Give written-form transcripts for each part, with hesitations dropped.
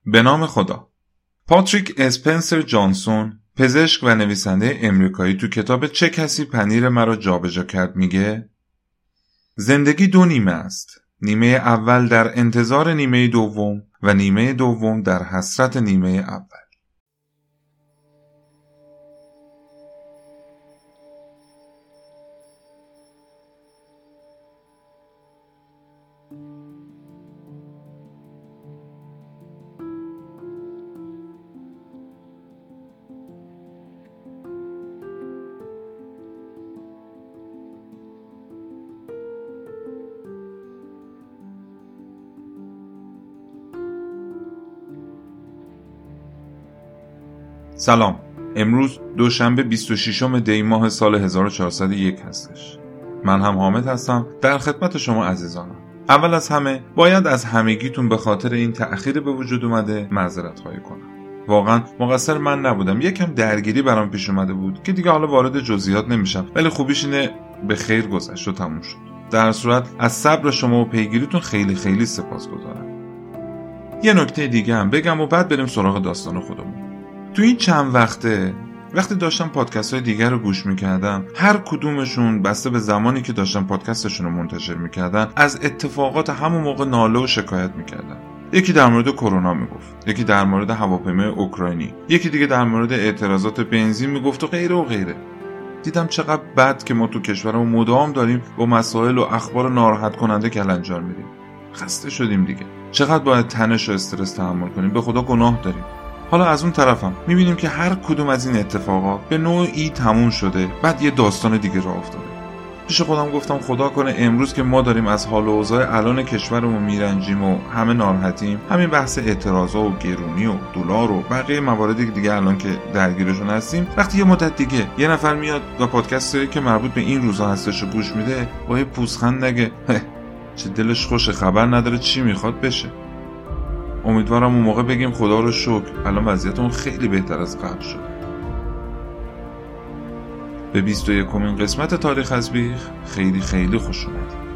به نام خدا. پاتریک اسپنسر جانسون، پزشک و نویسنده امریکایی، تو کتاب چه کسی پنیر مرا جابجا کرد میگه زندگی دو نیمه است. نیمه اول در انتظار نیمه دوم و نیمه دوم در حسرت نیمه اول. سلام. امروز دوشنبه 26 دی ماه سال 1401 هستش. من هم حامد هستم، در خدمت شما عزیزانم. اول از همه باید از همگیتون به خاطر این تأخیر به وجود اومده معذرت خواهی کنم. واقعا مقصر من نبودم، یکم درگیری برام پیش اومده بود که دیگه حالا وارد جزئیات نمیشم، ولی خوبیش اینه به خیر گذشت و تموم شد. در صورت از صبر شما و پیگیریتون خیلی خیلی سپاسگزارم. یه نکته دیگه هم بگم و بعد بریم سراغ داستان خودمون. تو این چند وقتی داشتم پادکست های دیگر رو گوش میکردم، هر کدومشون بسته به زمانی که داشتم پادکستشون رو منتشر میکردن از اتفاقات همون موقع ناله و شکایت میکردن. یکی در مورد کرونا میگفت، یکی در مورد هواپیمای اوکراینی، یکی دیگه در مورد اعتراضات بنزین میگفت و غیره و غیره. دیدم چقدر بد که ما تو کشورمون مدام داریم با مسائل و اخبار ناراحت کننده کلنجار میریم. خسته شدیم دیگه. چقدر باید تنش و استرس تحمل کنیم؟ به خدا گناه داریم. حالا از اون طرفم میبینیم که هر کدوم از این اتفاقات به نوعی تموم شده، بعد یه داستان دیگه راه افتاده. پیش خودم گفتم خدا کنه امروز که ما داریم از حال و اوضاع الان کشورمون میرنجیم و همه ناراحتیم، همین بحث اعتراضا و گرونی و دلار و بقیه موارد دیگه الان که درگیرشون هستیم، وقتی یه مدت دیگه یه نفر میاد و پادکستی که مربوط به این روزا هستش رو گوش میده، با یه پوزخند نگه چه دلش خوشه، خبر نداره چی میخواد بشه. امیدوارم اون موقع بگیم خدا رو شکر الان وضعیتمون خیلی بهتر از قبل شد. به 21مین قسمت تاریخ از بیخ خیلی خیلی خوش اومدید.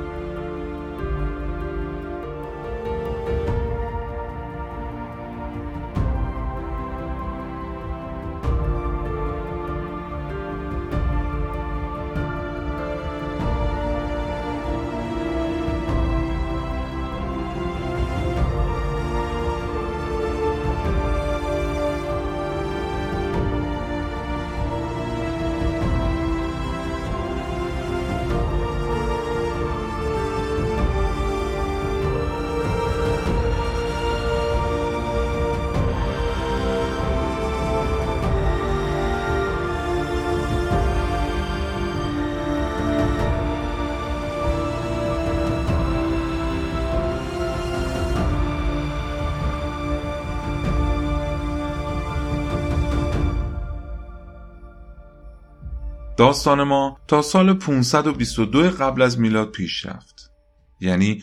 داستان ما تا سال 522 قبل از میلاد پیش رفت، یعنی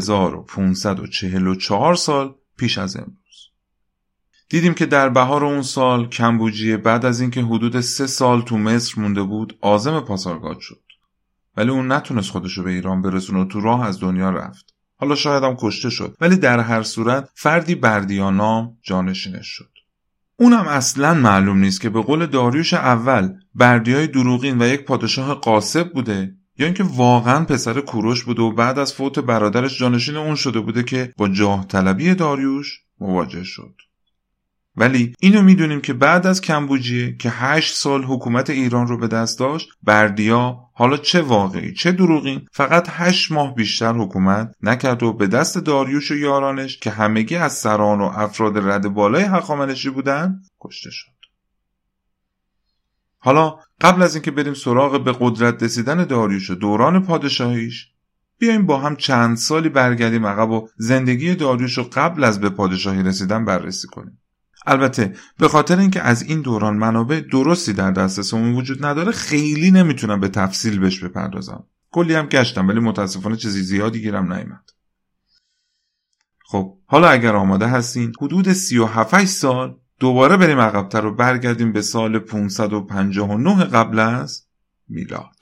2544 سال پیش از امروز. دیدیم که در بهار اون سال کمبوجیه بعد از اینکه حدود 3 سال تو مصر مونده بود عازم پاسارگاد شد، ولی اون نتونست خودشو به ایران برسونه و تو راه از دنیا رفت. حالا شاید هم کشته شد، ولی در هر صورت فردی بردیانام جانشینش شد. اونم اصلاً معلوم نیست که به قول داریوش اول بردیای دروغین و یک پادشاه غاصب بوده یا اینکه واقعاً پسر کوروش بوده و بعد از فوت برادرش جانشین اون شده بوده که با جاه طلبی داریوش مواجه شد. ولی اینو میدونیم که بعد از کمبوجیه که 8 سال حکومت ایران رو به دست داشت، بردیا حالا چه واقعی چه دروغین فقط 8 ماه بیشتر حکومت نکرد و به دست داریوش و یارانش که همگی از سران و افراد رد بالای هخامنشی بودن کشته شد. حالا قبل از اینکه بریم سراغ به قدرت رسیدن داریوش و دوران پادشاهیش، بیایم با هم چند سالی برگردیم عقب و زندگی داریوش رو قبل از به پادشاهی رسیدن بررسی کنیم. البته به خاطر اینکه از این دوران منابع درستی در دسترسمون وجود نداره خیلی نمیتونم به تفصیل بهش بپردازم. کلی هم گشتم ولی متاسفانه چیزی زیادی گیرم نیامد. خب حالا اگر آماده هستین حدود 37 سال دوباره بریم عقب‌تر و برگردیم به سال 559 قبل از میلاد.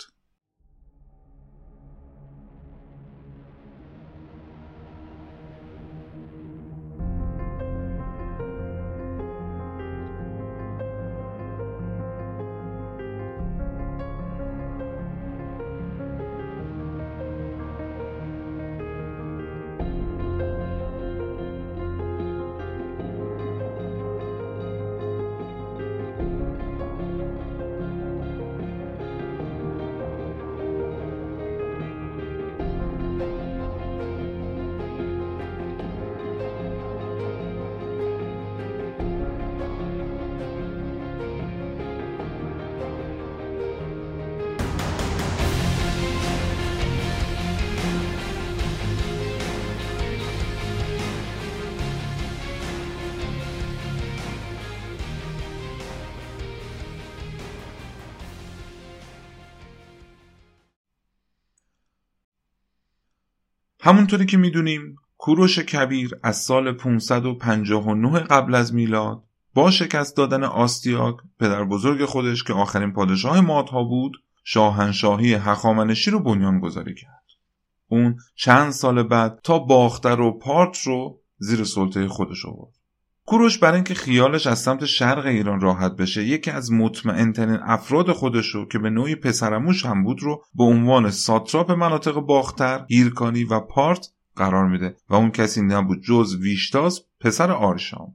همونطوری که میدونیم کوروش کبیر از سال 559 قبل از میلاد با شکست دادن آستیاک پدر بزرگ خودش که آخرین پادشاه مادها بود شاهنشاهی هخامنشی رو بنیان گذاری کرد. اون چند سال بعد تا باختر و پارت رو زیر سلطه خودش آورد. کوروش برای اینکه خیالش از سمت شرق ایران راحت بشه یکی از مطمئن‌ترین افراد خودش رو که به نوعی پسرعموش هم بود رو به عنوان ساتراپ مناطق باختر، هیرکانی و پارت قرار میده و اون کسی نبود جز ویشتاس پسر آرشام.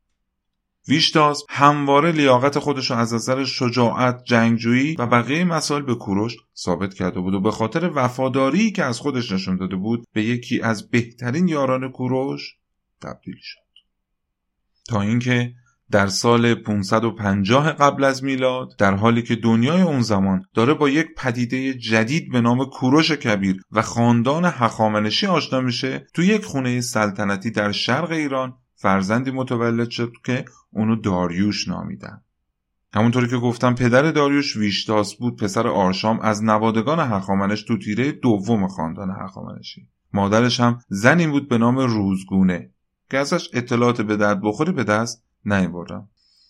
ویشتاس همواره لیاقت خودش رو از نظر شجاعت، جنگجویی و بقیه مسائل به کوروش ثابت کرده بود و به خاطر وفاداری که از خودش نشون داده بود به یکی از بهترین یاران کوروش تبدیل شد. تا اینکه در سال 550 قبل از میلاد در حالی که دنیای اون زمان داره با یک پدیده جدید به نام کوروش کبیر و خاندان هخامنشی آشنا میشه، تو یک خونه سلطنتی در شرق ایران فرزندی متولد شد که اونو داریوش نامیدن. همونطوری که گفتم پدر داریوش ویشتاس بود، پسر آرشام از نوادگان هخامنش تو تیره دوم خاندان هخامنشی. مادرش هم زنی بود به نام روزگونه که ازش اطلاعات به درد بخوری به دست نیاوردم.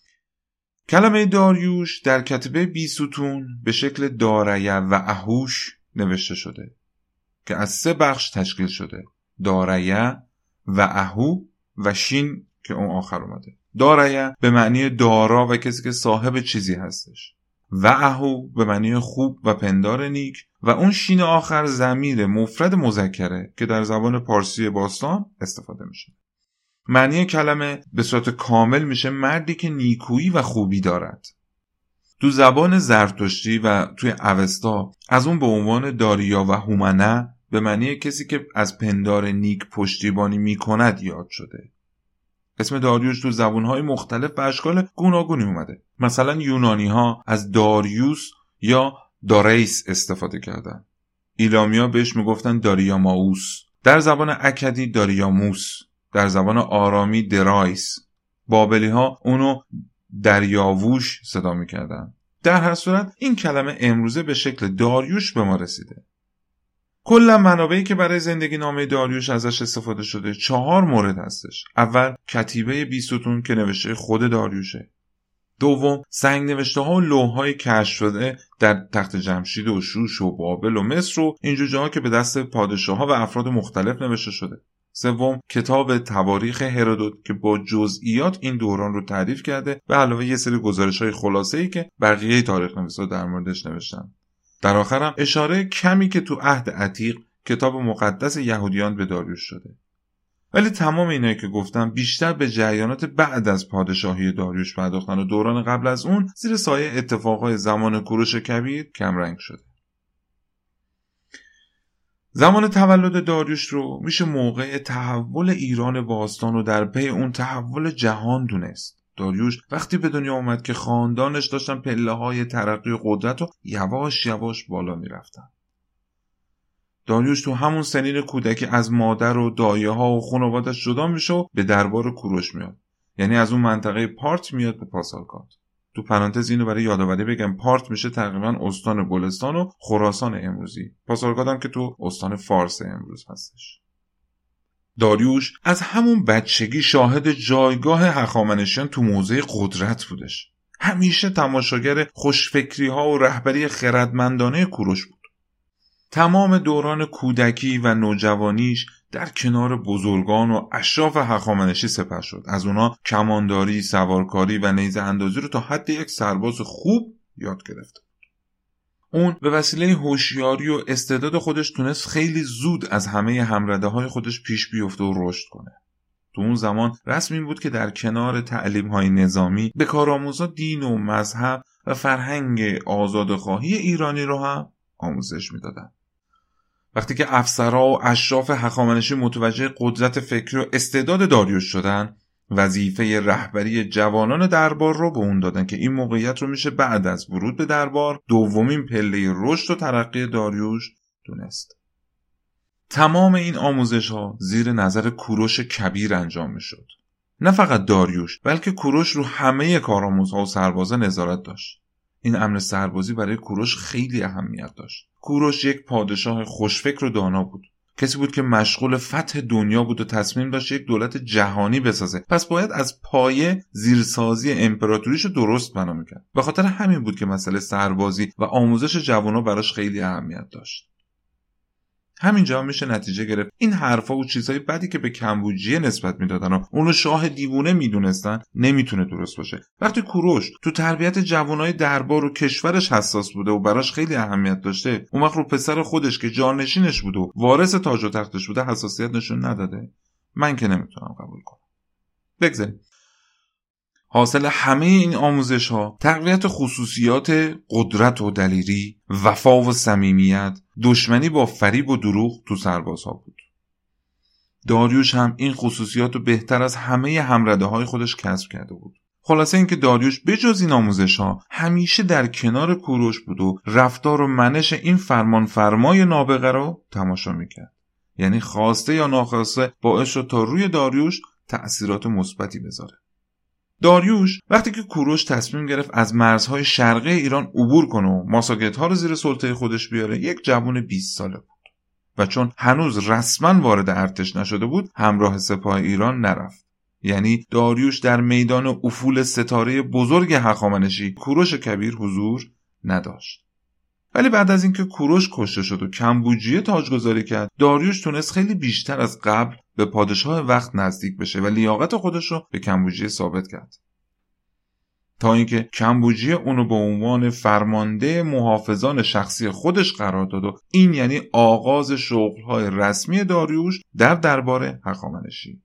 کلمه داریوش در کتیبه بیستون به شکل داریه و اهوش نوشته شده که از 3 بخش تشکیل شده: داریه و اهو و شین که اون آخر اومده. داریه به معنی دارا و کسی که صاحب چیزی هستش و اهو به معنی خوب و پندار نیک و اون شین آخر ضمیر مفرد مذکره که در زبان پارسی باستان استفاده میشه. معنی کلمه به صورت کامل میشه مردی که نیکویی و خوبی دارد. تو زبان زرتشتی و توی اوستا از اون به عنوان داریا و هومنه به معنی کسی که از پندار نیک پشتیبانی میکند یاد شده. اسم داریوش تو زبانهای مختلف به اشکال گوناگونی اومده. مثلا یونانی ها از داریوس یا داریس استفاده کردن. ایلامیا بهش میگفتن داریاماوس. در زبان اکدی داریاموس. در زبان آرامی درایس. بابلی ها اونو دریاووش صدا میکردن. در هر صورت این کلمه امروزه به شکل داریوش به ما رسیده. کلا منابعی که برای زندگی نامه داریوش ازش استفاده شده 4 مورد هستش. اول کتیبه بیستون که نوشته خود داریوشه. دوم سنگ نوشته ها و لوح های کشف شده در تخت جمشید و شوش و بابل و مصر و اینجور جاها که به دست پادشاه ها و افراد مختلف نوشته شده. سوم کتاب تواریخ هرودوت که با جزئیات این دوران رو تعریف کرده و علاوه یه سری گزارش های خلاصه‌ای که بقیه تاریخ نویسا در موردش نوشتن. در آخر هم اشاره کمی که تو عهد عتیق کتاب مقدس یهودیان به داریوش شده. ولی تمام اینایی که گفتم بیشتر به جریانات بعد از پادشاهی داریوش پرداختن و دوران قبل از اون زیر سایه اتفاقای زمان کوروش کبیر کمرنگ شده. زمان تولد داریوش رو میشه موقع تحول ایران باستان و در پی اون تحول جهان دونست. داریوش وقتی به دنیا اومد که خاندانش داشتن پله‌های ترقی و قدرت رو یواش یواش بالا میرفتن. داریوش تو همون سنین کودکی از مادر و دایه ها و خانواده‌اش جدا میشه و به دربار کوروش میاد. یعنی از اون منطقه پارت میاد به پاسارگاد. تو پرانتز اینو برای یادآوری بگم پارت میشه تقریبا استان گلستان و خراسان امروزی. پاسارگاد هم که تو استان فارس امروز هستش. داریوش از همون بچگی شاهد جایگاه هخامنشیان تو موضع قدرت بودش. همیشه تماشاگر خوشفکری ها و رهبری خردمندانه کوروش بود. تمام دوران کودکی و نوجوانیش در کنار بزرگان و اشراف هخامنشی سپر شد. از اونا کمانداری، سوارکاری و نیزه اندازی رو تا حد یک سرباز خوب یاد گرفته. اون به وسیله هوشیاری و استعداد خودش تونست خیلی زود از همه همرده‌های خودش پیش بیفته و رشد کنه. تو اون زمان رسم این بود که در کنار تعلیم‌های نظامی به کارآموزا دین و مذهب و فرهنگ آزادخواهی ایرانی رو هم آموزش میدادن. وقتی که افسرها و اشراف هخامنشی متوجه قدرت فکری و استعداد داریوش شدن، وظیفه رهبری جوانان دربار رو به اون دادن که این موقعیت رو میشه بعد از ورود به دربار دومین پله رشد و ترقی داریوش دونست. تمام این آموزش ها زیر نظر کوروش کبیر انجام میشد. نه فقط داریوش بلکه کوروش رو همه کارآموزها و سربازا نظارت داشت. این امر سربازی برای کوروش خیلی اهمیت داشت. کوروش یک پادشاه خوشفکر و دانا بود. کسی بود که مشغول فتح دنیا بود و تصمیم داشت یک دولت جهانی بسازه. پس باید از پایه زیرسازی امپراتوریشو درست بنا میکرد. به خاطر همین بود که مسئله سربازی و آموزش جوونا براش خیلی اهمیت داشت. همینجا میشه نتیجه گرفت این حرفا و چیزهای بدی که به کمبوجیه نسبت میدادن و اونو شاه دیوونه میدونستن نمیتونه درست باشه. وقتی کوروش تو تربیت جوانای دربار و کشورش حساس بوده و براش خیلی اهمیت داشته، اون وقت رو پسر خودش که جانشینش بود و وارث تاج و تختش بوده حساسیت نشون نداده؟ من که نمیتونم قبول کنم. بگذاریم. حاصل همه این آموزش ها تقویت خصوصیات قدرت و دلیری، وفا و صمیمیت، دشمنی با فریب و دروغ تو سربازها بود. داریوش هم این خصوصیات رو بهتر از همه همرده های خودش کسب کرده بود. خلاصه اینکه داریوش بجز این آموزش ها همیشه در کنار کوروش بود و رفتار و منش این فرمانفرمای نابغه رو تماشا میکرد. یعنی خواسته یا ناخواسته باعث شد تا روی داریوش تأثیرات مثبتی بذاره. داریوش وقتی که کوروش تصمیم گرفت از مرزهای شرقی ایران عبور کنه و ماساگت‌ها رو زیر سلطه خودش بیاره، یک جوان 20 ساله بود و چون هنوز رسما وارد ارتش نشده بود همراه سپاه ایران نرفت. یعنی داریوش در میدان افول ستاره بزرگ هخامنشی کوروش کبیر حضور نداشت. ولی بعد از اینکه کوروش کشته شد و کمبوجیه تاجگذاری کرد، داریوش تونست خیلی بیشتر از قبل به پادشاه وقت نزدیک بشه و لیاقت خودش رو به کمبوجیه ثابت کرد. تا اینکه کمبوجیه اونو به عنوان فرمانده محافظان شخصی خودش قرار داد و این یعنی آغاز شغل‌های رسمی داریوش در دربار هخامنشی.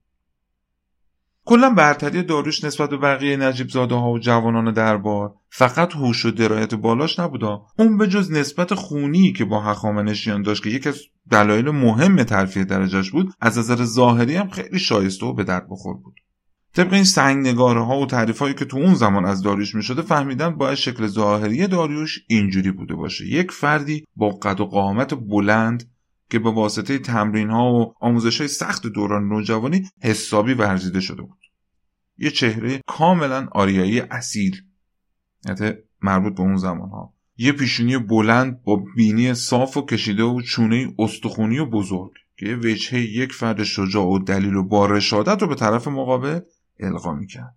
کلا برتری داریوش نسبت به بقیه نجیب زاده ها و جوانان دربار فقط هوش و درایت بالاش نبودا، اون به جز نسبت خونی که با هخامنشیان داشت که یکی از دلایل مهم ترفیع درجهش بود، از نظر ظاهری هم خیلی شایسته و به درد بخور بود. طبق این سنگنگاره ها و تعریف هایی که تو اون زمان از داریوش می شده فهمیدن باید شکل ظاهری داریوش اینجوری بوده باشه: یک فردی با قد و قامت بلند که به واسطه تمرین ها و آموزش های سخت دوران نوجوانی حسابی ورزیده شده بود. یه چهره کاملا آریایی اصیل، یعنی مربوط به اون زمان ها. یه پیشونی بلند با بینی صاف و کشیده و چونه استخونی و بزرگ که یه وجهه یک فرد شجاع و دلیل و با رشادت رو به طرف مقابل القا میکرد.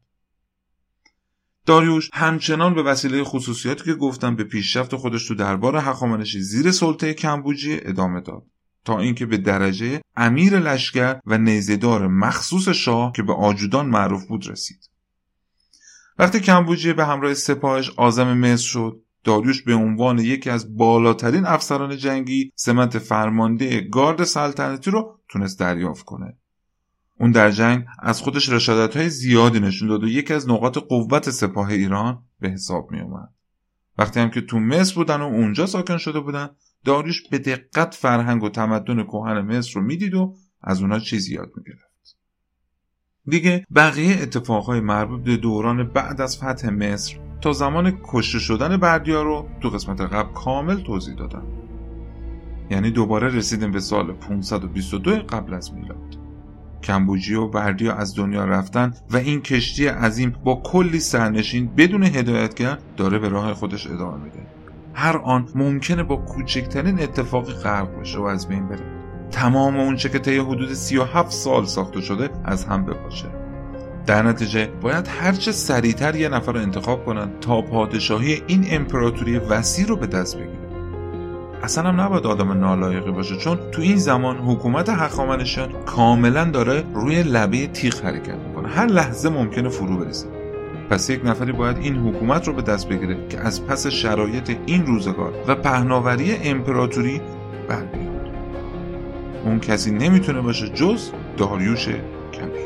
داریوش همچنان به وسیله خصوصیاتی که گفتم به پیشرفت خودش تو دربار هخامنشی زیر سلطه کمبوجیه ادامه داد تا اینکه به درجه امیر لشکر و نیزه‌دار مخصوص شاه که به آجودان معروف بود رسید. وقتی کمبوجیه به همراه سپاهش عازم مصر شد، داریوش به عنوان یکی از بالاترین افسران جنگی سمت فرمانده گارد سلطنتی رو تونست دریافت کنه. اون در جنگ از خودش رشادت‌های زیادی نشون داد و یکی از نقاط قوت سپاه ایران به حساب می اومد. وقتی هم که تو مصر بودن و اونجا ساکن شده بودن، داریوش به دقت فرهنگ و تمدن کهن مصر رو میدید و از اونها چیزی یاد میگرفت. دیگه بقیه اتفاقهای مربوط به دوران بعد از فتح مصر تا زمان کشته شدن بردیا رو تو قسمت قبل کامل توضیح دادم. یعنی دوباره رسیدیم به سال 522 قبل از میلاد. کمبوجیه و بردیا از دنیا رفتن و این کشتی عظیم با کلی سرنشین بدون هدایتگر داره به راه خودش ادامه میده. هر آن ممکنه با کوچکترین اتفاقی غرق بشه و از بین بره. تمام اون چه که طی حدود 37 سال ساخته شده از هم بپاشه. در نتیجه باید هرچه سریعتر یه نفر رو انتخاب کنن تا پادشاهی این امپراتوری وسیع رو به دست بگیره. اصلا هم نباید آدم نالایقی باشه، چون تو این زمان حکومت هخامنشیان کاملا داره روی لبه تیغ حرکت میکنه، هر لحظه ممکنه فرو بریزه. پس یک نفری باید این حکومت رو به دست بگیره که از پس شرایط این روزگار و پهناوری امپراتوری بر بیاد. اون کسی نمیتونه باشه جز داریوش کبیر.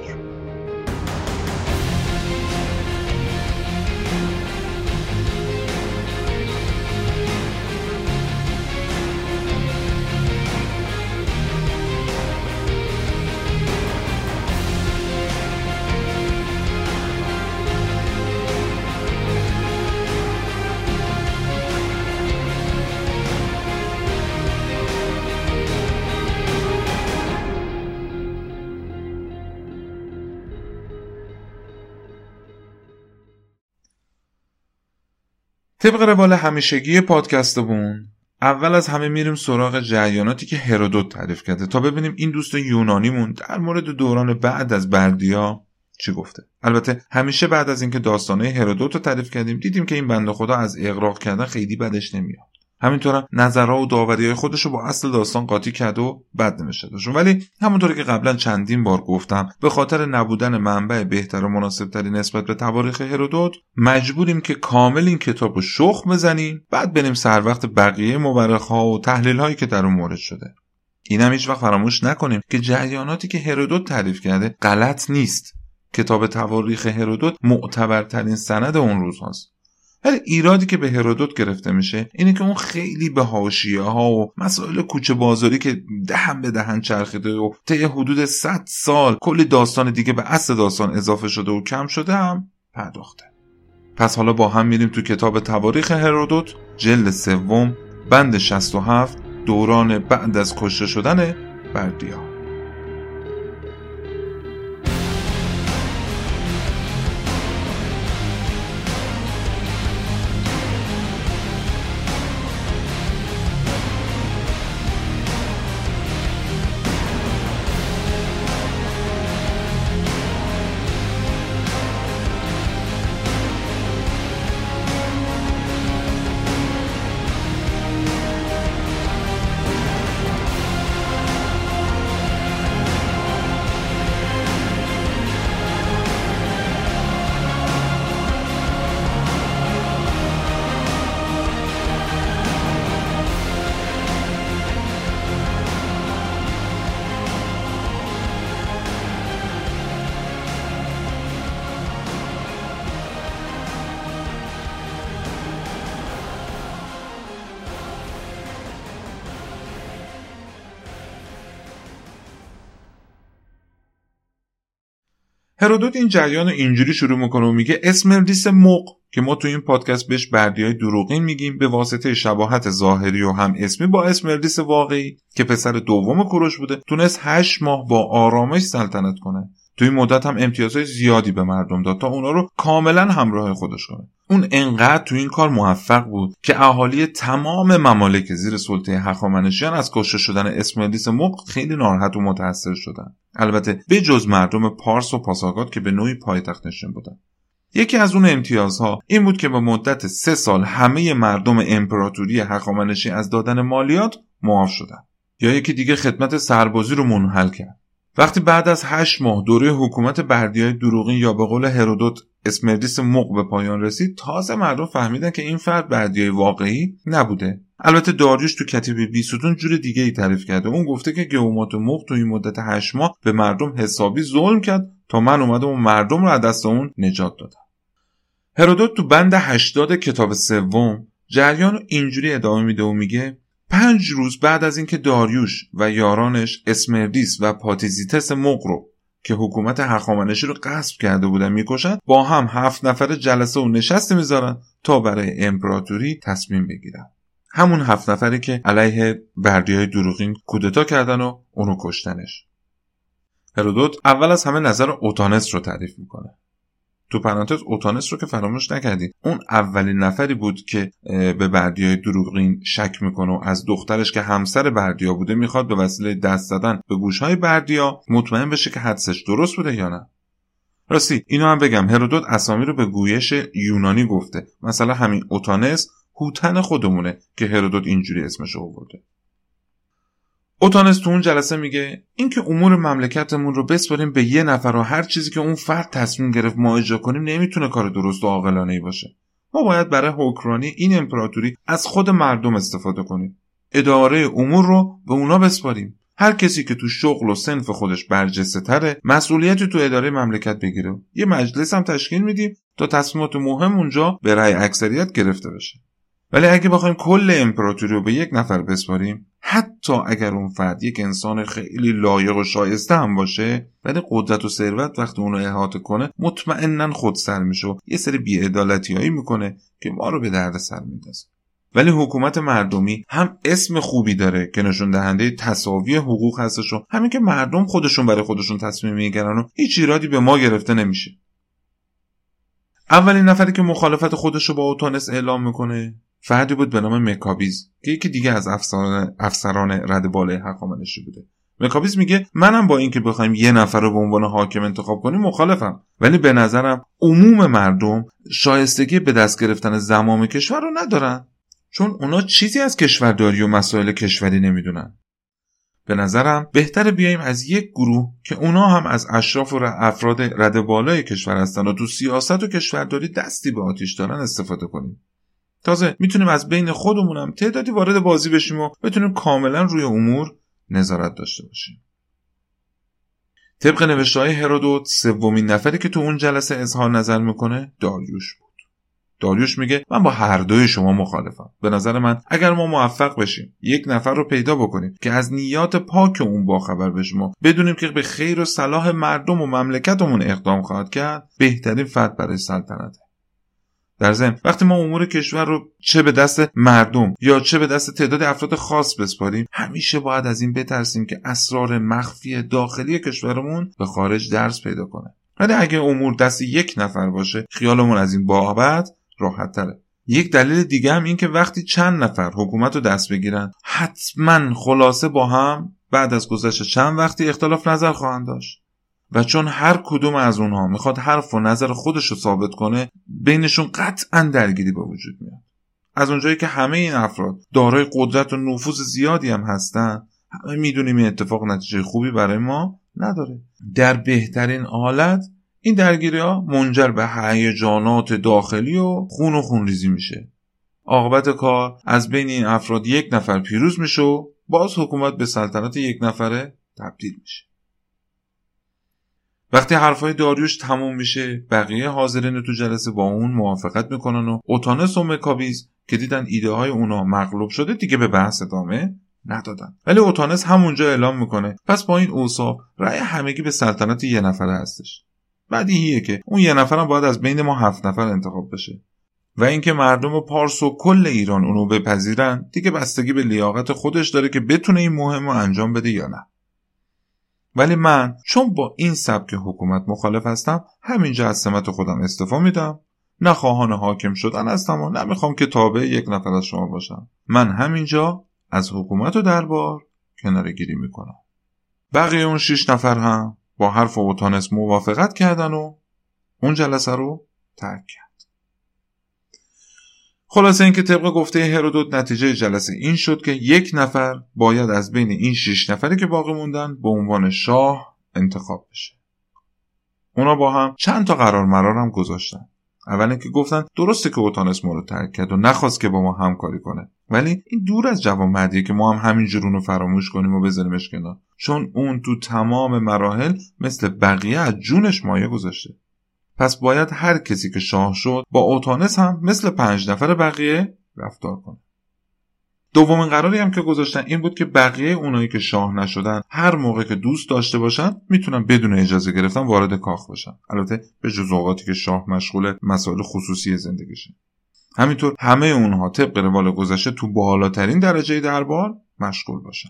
طبق روال همیشگی پادکستمون، اول از همه میریم سراغ جریاناتی که هرودوت تعریف کرده تا ببینیم این دوست یونانیمون در مورد دوران بعد از بردیا چی گفته. البته همیشه بعد از اینکه داستانه هرودوت رو تعریف کردیم دیدیم که این بنده خدا از اغراق کردن خیلی بدش نمیاد. همینطورم نظرها و داوری‌های خودش رو با اصل داستان قاطی کرد و بد نمیشه داشون. ولی همونطوری که قبلا چندین بار گفتم به خاطر نبودن منبع بهتر و مناسبتری نسبت به تواریخ هرودوت مجبوریم که کامل این کتاب رو شخم بزنیم، بعد بریم سر وقت بقیه مورخ‌ها و تحلیل‌هایی که در اون مورد شده. اینم هیچ وقت فراموش نکنیم که جریاناتی که هرودوت تعریف کرده غلط نیست. کتاب تواریخ هرودوت معتبرترین سند اون روزهاست. ولی ایرادی که به هرودوت گرفته میشه اینه که اون خیلی به حاشیه‌ها و مسائل کوچه بازاری که دهن به دهن چرخیده و طی حدود 100 سال کلی داستان دیگه به اصل داستان اضافه شده و کم شده هم پرداخته. پس حالا با هم میریم تو کتاب تواریخ هرودوت جلد 3 بند 67 دوران بعد از کشته شدن بردیا. هرودوت این جریان اینجوری شروع میکنه و میگه اسمردیس مغ که ما تو این پادکست بهش بردیای دروغین میگیم به واسطه شباهت ظاهری و هم اسمی با اسمردیس واقعی که پسر دوم کوروش بوده تونست 8 ماه با آرامش سلطنت کنه. تو این مدت هم امتیازهای زیادی به مردم داد تا اونا رو کاملا همراه خودش کنه. اون انقدر تو این کار موفق بود که اهالی تمام ممالک زیر سلطه هخامنشیان از کشته شدن اسمردیس مغ خیلی ناراحت و متأثر شدن. البته به جز مردم پارس و پاسارگاد که به نوعی پایتخت نشین بودن. یکی از اون امتیازها این بود که به مدت 3 سال همه مردم امپراتوری هخامنشی از دادن مالیات معاف شدن. یا یکی دیگه خدمت سربازی رو منحل کرد. وقتی بعد از 8 ماه دوره حکومت بردیای دروغین یا به قول هرودوت اسمردیس مغ به پایان رسید تازه مردم فهمیدن که این فرد بردیای واقعی نبوده. البته داریوش تو کتیبه بیستون جور دیگه ای تعریف کرده. اون گفته که گئومات مغ تو این مدت 8 ماه به مردم حسابی ظلم کرد تا من اومدم و مردم رو از دست اون نجات دادم. هرودوت تو بند 80 کتاب 3 جریان اینجوری ادامه میده و میگه 5 روز بعد از اینکه داریوش و یارانش اسمردیس و پاتیزیتس مغ رو که حکومت هخامنشی رو غصب کرده بودن میکشن با هم 7 نفر جلسه و نشستی میذارن تا برای امپراتوری تصمیم بگیرن. همون 7 نفری که علیه بردیای دروغین کودتا کردن و اونو کشتنش. هرودوت اول از همه نظر اوتانس رو تعریف میکنه. تو پرانتز اوتانس رو که فراموش نکردید اون اولین نفری بود که به بردیای دروغین شک میکنه و از دخترش که همسر بردیا بوده میخواد به وسیله دست زدن به گوشهای بردیا مطمئن بشه که حدسش درست بوده یا نه. راستی اینو هم بگم هرودوت اسامی رو به گویش یونانی گفته. مثلا همین اوتانس هوتن خودمونه که هرودوت اینجوری اسمش آورده. اوتانس تو اون جلسه میگه اینکه امور مملکتمون رو بسپاریم به یه نفر و هر چیزی که اون فرد تصمیم گرفت ما اجرا کنیم نمیتونه کار درست و عاقلانه‌ای باشه. ما باید برای حکمرانی این امپراتوری از خود مردم استفاده کنیم. اداره امور رو به اونا بسپاریم. هر کسی که تو شغل و صنف خودش برجسته تره مسئولیت تو اداره مملکت بگیره. یه مجلس هم تشکیل میدیم تا تصمیمات مهم اونجا به رأی اکثریت گرفته بشه. ولی اگه بخوایم کل امپراتوری رو به یک نفر بسپاریم حتی اگر اون فرد یک انسان خیلی لایق و شایسته هم باشه ولی قدرت و ثروت وقتی اونو احاطه کنه مطمئناً خودسر میشه و یه سری بی‌عدالتی‌هایی میکنه که ما رو به درد سر میندازه. ولی حکومت مردمی هم اسم خوبی داره که نشون دهنده تساوی حقوق هستش و همین که مردم خودشون برای خودشون تصمیم میگیرن و هیچ ایرادی به ما گرفته نمیشه. اولین نفری که مخالفت خودش رو با اوتانس اعلام میکنه فردی بود به نام مکابیز که یکی دیگه از افسران رده بالای هخامنشی بوده. مکابیز میگه منم با اینکه بخوایم یه نفر رو به عنوان حاکم انتخاب کنیم مخالفم، ولی به نظرم عموم مردم شایستگی به دست گرفتن زمام کشور رو ندارن، چون اونا چیزی از کشورداری و مسائل کشوری نمیدونن. به نظرم بهتره بیاییم از یک گروه که اونا هم از اشراف و افراد رده بالای کشور هستن و تو سیاست و کشورداری دستی به آتیش دارن استفاده کنیم. تازه میتونیم از بین خودمونم تعدادی وارد بازی بشیم و بتونیم کاملا روی امور نظارت داشته باشیم. طبق نوشته‌های هرودوت سومین نفری که تو اون جلسه اظهار نظر میکنه داریوش بود. داریوش میگه من با هر دوی شما مخالفم. به نظر من اگر ما موفق بشیم یک نفر رو پیدا بکنیم که از نیات پاک اون باخبر بشیم و بدونیم که به خیر و صلاح مردم و مملکتمون اقدام خواهد کرد، بهترین فرد برای سلطنته. در ضمن وقتی ما امور کشور رو چه به دست مردم یا چه به دست تعداد افراد خاص بسپاریم، همیشه باید از این بترسیم که اسرار مخفی داخلی کشورمون به خارج درس پیدا کنه. ولی اگه امور دست یک نفر باشه، خیالمون از این بابت راحت تره. یک دلیل دیگه هم این که وقتی چند نفر حکومت رو دست بگیرن، حتما خلاصه با هم بعد از گذشت چند وقتی اختلاف نظر خواهند داشت. و چون هر کدوم از اونها میخواد حرف و نظر خودش رو ثابت کنه، بینشون قطعا درگیری به وجود میاد. از اونجایی که همه این افراد دارای قدرت و نفوذ زیادی هم هستن، همه میدونیم این اتفاق نتیجه خوبی برای ما نداره. در بهترین حالت این درگیری‌ها منجر به هیجانات داخلی و خونریزی میشه. عاقبت کار از بین این افراد یک نفر پیروز میشه و باز حکومت به سلطنت یک نفره تبدیل میشه. وقتی حرفای داریوش تموم میشه، بقیه حاضرین تو جلسه با اون موافقت میکنن و اوتانس و مکابیز که دیدن ایده های اونا مغلوب شده دیگه به بحث ادامه ندادن. ولی اوتانس همونجا اعلام میکنه پس با این اوصاف رأی همگی به سلطنت یه نفره هستش. بدیهیه که اون یه نفرم باید از بین ما 7 نفر انتخاب بشه و اینکه مردم پارس و کل ایران اونو بپذیرن دیگه بستگی به لیاقت خودش داره که بتونه این مهمو انجام بده یا نه. ولی من چون با این سبک حکومت مخالف هستم، همینجا از سمت خودم استعفا میدم. نه خواهان حاکم شدن هستم و نمیخوام که تابع یک نفر از شما باشم. من همینجا از حکومت و دربار کناره‌گیری میکنم. بقیه اون 6 نفر هم با حرف اوتانس موافقت کردن و اون جلسه رو ترک کرد. خلاصه اینکه طبق گفته هرودوت نتیجه جلسه این شد که یک نفر باید از بین این 6 نفری که باقی موندن به عنوان شاه انتخاب بشه. اونا با هم چند تا قرار مرار هم گذاشتن. اولا که گفتن درسته که اوتانس ما رو ترک کرد و نخواست که با ما همکاری کنه، ولی این دور از جوانمردیه که ما هم همینجور اونو فراموش کنیم و بذاریمش کنار، چون اون تو تمام مراحل مثل بقیه از جونش مایه گذاشته. پس باید هر کسی که شاه شد با اوتانس هم مثل 5 نفر بقیه رفتار کنه. دومین قراری هم که گذاشتن این بود که بقیه اونایی که شاه نشدن هر موقع که دوست داشته باشن میتونن بدون اجازه گرفتن وارد کاخ بشن، البته به جز اوقاتی که شاه مشغول مسائل خصوصی زندگیشه. همینطور همه اونها طبق روال گذشته تو بالاترین درجه دربار مشغول باشن.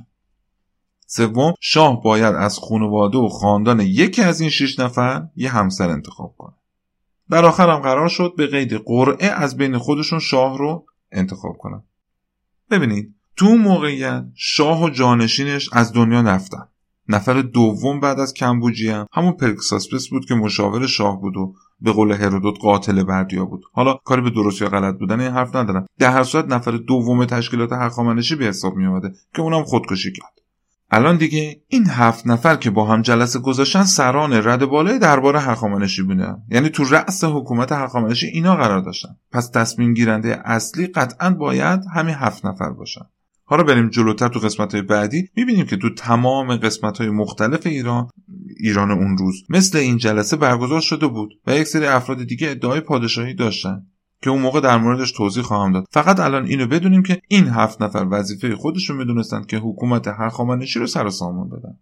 سوم، شاه باید از خانواده و خاندان یکی از این 6 نفر یه همسر انتخاب کنه. در آخر هم قرار شد به قید قرعه از بین خودشون شاه رو انتخاب کنن. ببینید تو اون موقعیت شاه و جانشینش از دنیا رفتن. نفر دوم بعد از کمبوجیه همون پرکساسپس بود که مشاور شاه بود و به قول هرودوت قاتل بردیا بود. حالا کاری به درست یا غلط بودن این حرف ندارم، در هر صورت نفر دوم تشکیلات هخامنشی به حساب می اومده که اونم خودکشی کرد. الان دیگه این 7 نفر که با هم جلسه گذاشتن سران رده بالای دربار هخامنشی بودن، یعنی تو رأس حکومت هخامنشی اینا قرار داشتن. پس تصمیم گیرنده اصلی قطعاً باید همین 7 نفر باشن. حالا بریم جلوتر تو قسمت‌های بعدی می‌بینیم که تو تمام قسمت‌های مختلف ایران اون روز مثل این جلسه برگزار شده بود و یک سری افراد دیگه ادعای پادشاهی داشتن که اون موقع در موردش توضیح خواهم داد. فقط الان اینو بدونیم که این 7 نفر وظیفه خودشون میدونستن که حکومت هخامنشی رو سر و سامان بدن.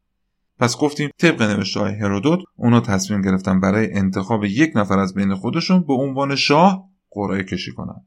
پس گفتیم طبق نوشته‌های هرودوت اونا تصمیم گرفتن برای انتخاب یک نفر از بین خودشون به عنوان شاه قرعه کشی کنن.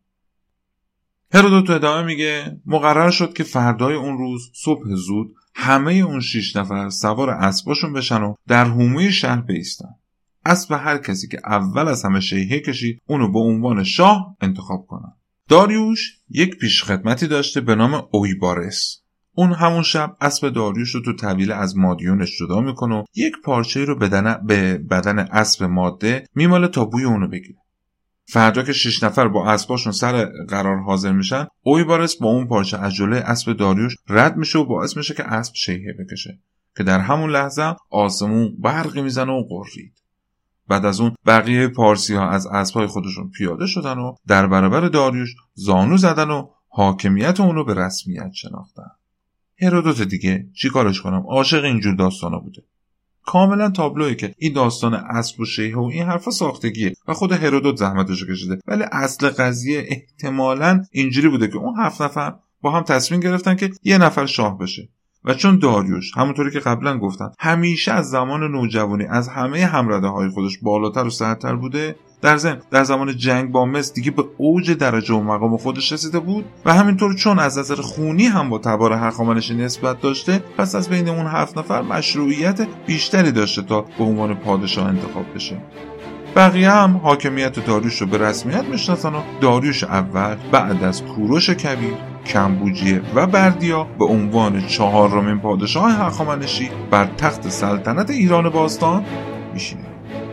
هرودوت ادامه میگه مقرر شد که فردای اون روز صبح زود همه اون 6 نفر سوار اسباشون بشن و در حومه شهر بایستن. اسب هر کسی که اول از همه شیهه کشید اونو به عنوان شاه انتخاب کنن. داریوش یک پیشخدمتی داشته به نام اویبارس. اون همون شب اسب داریوش رو تو طویله از مادیونش جدا میکنه و یک پارچه رو به بدن اسب ماده میماله تا بوی اونو بگیره. فردا که 6 نفر با اسباشون سر قرار حاضر میشن، اویبارس با اون پارچه از جلوی اسب داریوش رد میشه و باعث میشه که اسب شیهه بکشه که در همون لحظه آسمون برقی میزنه و قرید. بعد از اون بقیه پارسی ها از اسبای خودشون پیاده شدن و در برابر داریوش زانو زدن و حاکمیت اون رو به رسمیت شناختن. هرودوت دیگه چیکارش کنم، عاشق اینجور داستانا بوده. کاملا تابلوئه که این داستان اسب و شیهه و این حرفا ساختگیه و خود هرودوت زحمتشو کشیده، ولی اصل قضیه احتمالاً اینجوری بوده که اون 7 نفر با هم تصمیم گرفتن که یه نفر شاه بشه و چون داریوش همونطوری که قبلا گفتم همیشه از زمان نوجوانی از همه همرده‌های خودش بالاتر و سرتر بوده، در ضمن در زمان جنگ با مصر دیگه به اوج درجه و مقام خودش رسیده بود و همینطور چون از نظر خونی هم با تبار هخامنشی نسبت داشته، پس از بین اون 7 نفر مشروعیت بیشتری داشته تا به عنوان پادشاه انتخاب بشه. بقیه هم حاکمیت داریوش رو به رسمیت میشناسن و داریوش اول بعد از کوروش کبیر، کمبوجیه و بردیا به عنوان 4مین پادشاه هخامنشی بر تخت سلطنت ایران باستان میشینه.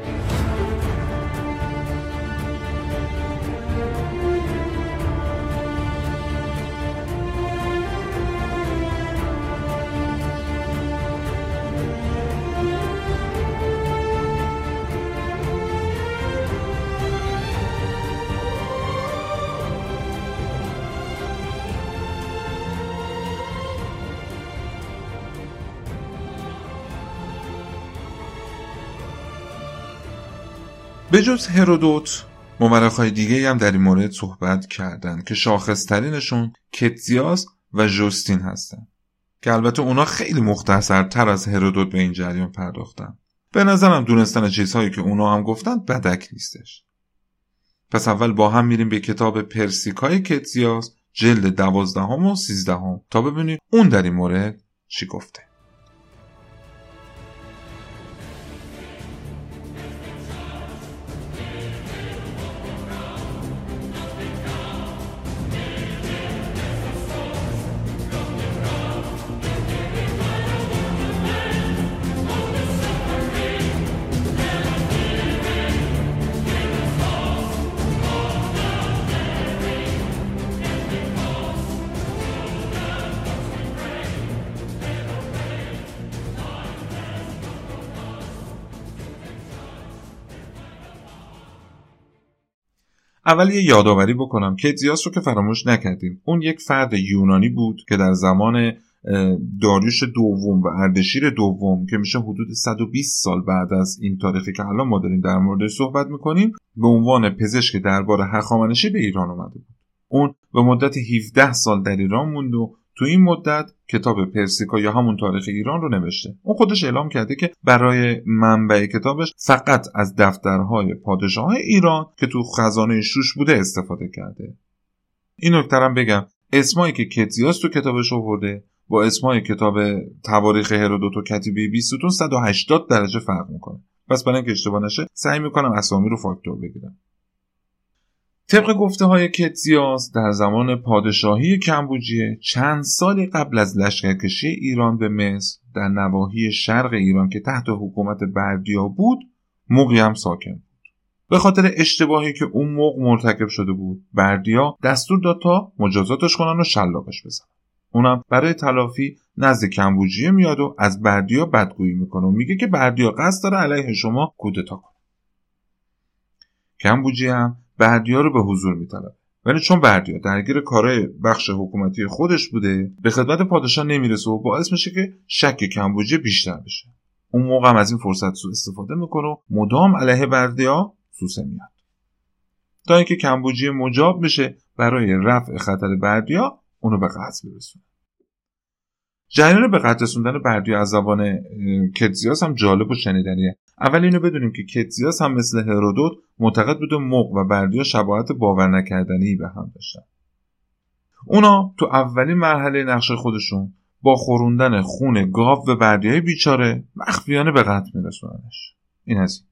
به جز هرودوت مورخای دیگه هم در این مورد صحبت کردن که شاخصترینشون کتزیاس و ژوستین هستن که البته اونا خیلی مختصرتر از هرودوت به این جریان پرداختن. به نظرم دونستن چیزهایی که اونا هم گفتن بدک نیستش. پس اول با هم میریم به کتاب پرسیکای کتزیاس جلد 12 و 13 تا ببینیم اون در این مورد چی گفته. اول یه یادآوری بکنم کتزیاس رو که فراموش نکردیم. اون یک فرد یونانی بود که در زمان داریوش دوم و اردشیر دوم که میشه حدود 120 سال بعد از این تاریخی که الان ما داریم در موردش صحبت میکنیم به عنوان پزشک دربار هخامنشی به ایران اومده بود. اون به مدت 17 سال در ایران موند و تو این مدت کتاب پرسیکا یا همون تاریخ ایران رو نوشته. اون خودش اعلام کرده که برای منبع کتابش فقط از دفترهای پادشاهان ایران که تو خزانه شوش بوده استفاده کرده. این نکته هم بگم اسمایی که کتزیاس تو کتابش آورده با اسمای کتاب تواریخ هرودوت و کتیبه بیستون 180 درجه فرق میکنه. پس برای اینکه اشتباه نشه سعی میکنم اسامی رو فاکتور بگیرم. طبق گفته های کتزیاس در زمان پادشاهی کمبوجیه چند سالی قبل از لشکرکشی ایران به مصر در نواحی شرق ایران که تحت حکومت بردیا بود موقعی هم ساکن بود. به خاطر اشتباهی که اون موقع مرتکب شده بود بردیا دستور داد تا مجازاتش کنن و شلاقش بزنن. اونم برای تلافی نزد کمبوجیه میاد و از بردیا بدگویی میکنه و میگه که بردیا قصد داره علیه شما کودتا کنه. کمبوجیه هم بردیا رو به حضور میطلبه، ولی چون بردیا درگیر کارهای بخش حکومتی خودش بوده به خدمت پادشاه نمیرسه و باعث میشه که شک کمبوجیه بیشتر بشه. اون موقع هم از این فرصت سوء استفاده میکنه و مدام علیه بردیا سوسه میاد تا اینکه کمبوجیه مجاب بشه برای رفع خطر بردیا اونو به قتل برسونه. جریان به قتل رسوندن بردیا از زبان کتزیاس هم جالب و شنیدنیه. اول اینو بدونیم که کتزیاس هم مثل هرودوت معتقد بود موق و بردیا شباهت باور نکردنی به هم داشتن. اونا تو اولین مرحله نقشه خودشون با خوروندن خون گاو و بردیای بیچاره مخفیانه به قتل میرسوننش. این از این.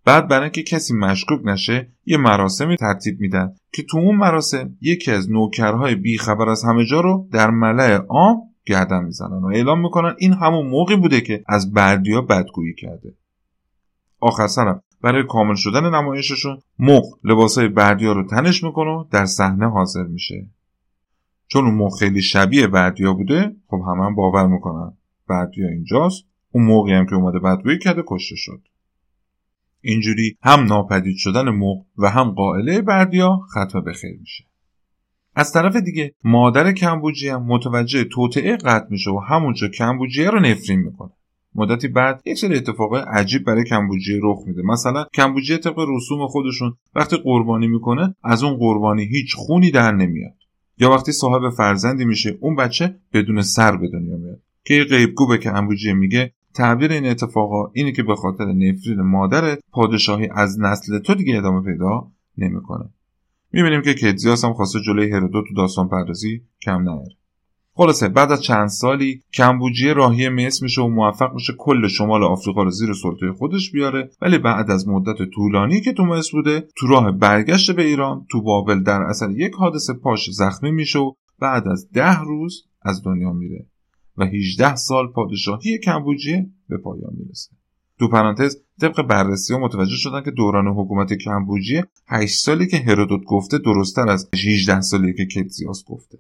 بعد برای اینکه کسی مشکوک نشه یه مراسمی ترتیب میدن که تو اون مراسم یکی از نوکرهای بیخبر از همه جا رو در ملأ عام گردن میزنن و اعلام میکنن این همون موقعی بوده که از بردیا بدگویی کرده. آخر سرم برای کامل شدن نمایششون مغ لباسای بردیا رو تنش میکنه و در صحنه حاضر میشه. چون اون مغ خیلی شبیه بردیا بوده، خب همه باور میکنن بردیا اینجاست، اون موقعی هم که اومده بدگویی کرده کشته شد. اینجوری هم ناپدید شدن مغ و هم قائله بردیا ختم به خیر میشه. از طرف دیگه مادر کمبوجیه هم متوجه توطئه قتل میشه و همونجا کمبوجیه رو نفرین میکنه. مدتی بعد یک سری اتفاقای عجیب برای کمبوجیه رخ میده. مثلا کمبوجیه طبق رسوم خودشون وقتی قربانی میکنه از اون قربانی هیچ خونی در نمیاد، یا وقتی صاحب فرزندی میشه اون بچه بدون سر به دنیا میاد که یه غیبگو به کمبوجیه میگه تعبیر این اتفاقا اینه که به خاطر نفرین مادرت پادشاهی از نسل تو دیگه ادامه پیدا نمیکنه. میبینیم که کدزیاس هم خواسته جلوی هرودوت تو داستان پردازی کم نیاره. خلاصه بعد از چند سالی کمبوجیه راهی مصر میشه و موفق میشه کل شمال آفریقا رو زیر سلطه خودش بیاره، ولی بعد از مدت طولانی که تو مصر بوده تو راه برگشت به ایران تو بابل در اثر یک حادثه پاش زخمی میشه و بعد از 10 روز از دنیا میره و 18 سال پادشاهی کمبوجیه به پایان میرسه. تو پرانتز طبق بررسی‌ها متوجه شدن که دوران حکومت کمبوجیه 8 سالی که هرودوت گفته درست‌تر از 18 سالی که کدزیاس گفته.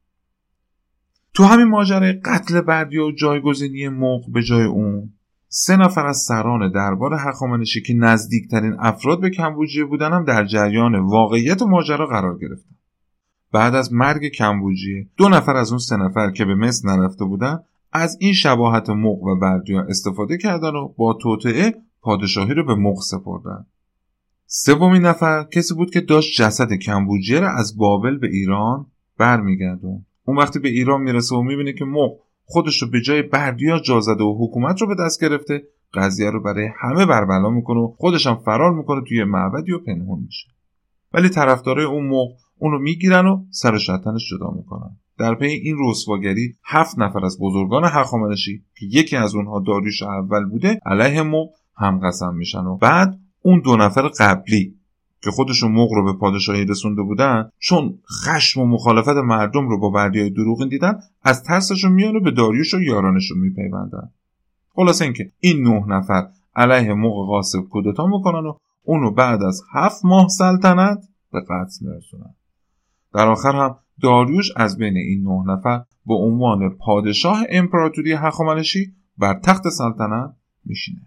تو همین ماجرای قتل بردیا و جایگزینی مغ به جای اون 3 نفر از سران دربار هخامنشی که نزدیکترین افراد به کمبوجیه بودن هم در جریان واقعیت ماجرا قرار گرفتن. بعد از مرگ کمبوجیه 2 نفر از اون 3 نفر که به مصر نرفته بودن از این شباهت مغ و بردیا استفاده کردن و با توطئه پادشاهی رو به مغ سپردن. 3مین نفر کسی بود که داشت جسد کمبوجیه رو از بابل به ایران برمیگردون. اون وقتی به ایران میرسه و میبینه که مغ خودش رو به جای بردیا جا زده و حکومت رو به دست گرفته، قضیه رو برای همه بربلا میکنه و خودش هم فرار میکنه توی معبدی و پنهون میشه. ولی طرفدارای اون مغ اون رو میگیرن و سرش از تنش جدا میکنن. در پی این رسواگری 7 نفر از بزرگان هخامنشی که یکی از اونها داریوش اول بوده علیه مغ هم قسم میشن و بعد اون 2 نفر قبلی که خودشون مغ رو به پادشاهی رسونده بودن چون خشم و مخالفت مردم رو با بردیای دروغین دیدن از ترسشون میان و به داریوش و یارانشون میپیوندن. خلاصه اینکه این 9 نفر علیه مغ غاصب کودتا میکنن و اونو بعد از 7 ماه سلطنت به قتل میرسونن. در آخر هم داریوش از بین این 9 نفر به عنوان پادشاه امپراتوری هخامنشی بر تخت سلطنت میشینه.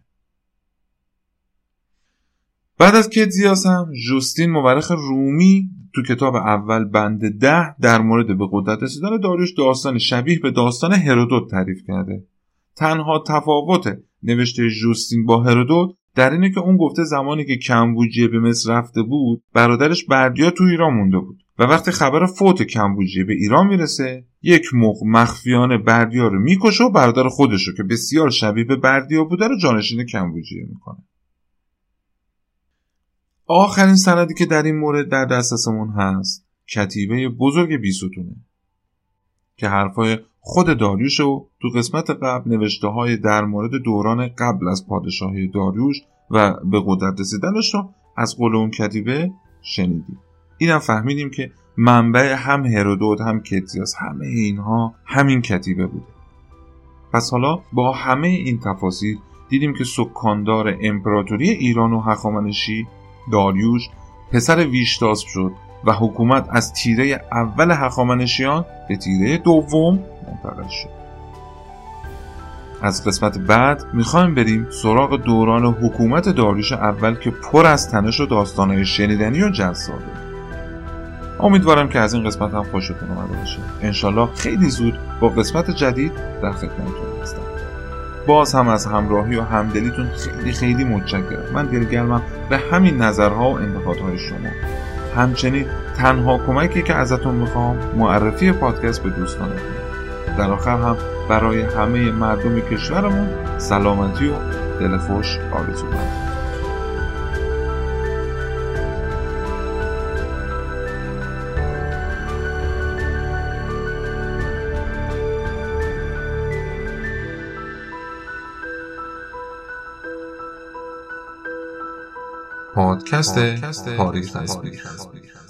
بعد از کدزیاس هم ژوستین مورخ رومی تو کتاب اول بند 10 در مورد به قدرت رسیدن داریوش داستان شبیه به داستان هرودوت تعریف کرده. تنها تفاوت نوشته ژوستین با هرودوت در اینه که اون گفته زمانی که کمبوجیه به مصر رفته بود برادرش بردیا تو ایران مونده بود و وقتی خبر فوت کمبوجیه به ایران میرسه یک مغ مخفیانه بردیا رو میکشه و برادر خودشو که بسیار شبیه به بردیا بوده رو جانشین کمبوجیه میکنه. آخرین سندی که در این مورد در دسترسمون هست کتیبه بزرگ بیستونه که حرفای خود داریوش و تو قسمت قبل نوشته های در مورد دوران قبل از پادشاهی داریوش و به قدرت رسیدنش رو از قول اون کتیبه شنیدیم. اینم فهمیدیم که منبع هم هرودوت هم کدزیاس همه اینها همین کتیبه بوده. پس حالا با همه این تفاصیل دیدیم که سکاندار امپراتوری ایران و هخامنشی داریوش پسر ویشتاسپ شد و حکومت از تیره اول هخامنشیان به تیره دوم منتقل شد. از قسمت بعد میخوایم بریم سراغ دوران حکومت داریوش اول که پر از تنش و داستانهای شنیدنی و جذابه. امیدوارم که از این قسمت هم خوشتون اومده باشه. انشالله خیلی زود با قسمت جدید در خدمتتون هستم. باز هم از همراهی و همدلیتون خیلی خیلی متشکرم. من دلگرمم به همین نظرها و انتقادهای شما. همچنین تنها کمکی که ازتون میخوام معرفی پادکست به دوستانتون. در آخر هم برای همه مردم کشورمون سلامتی و دل خوش آرزو می‌کنم. پادکست تاریخ اسپی.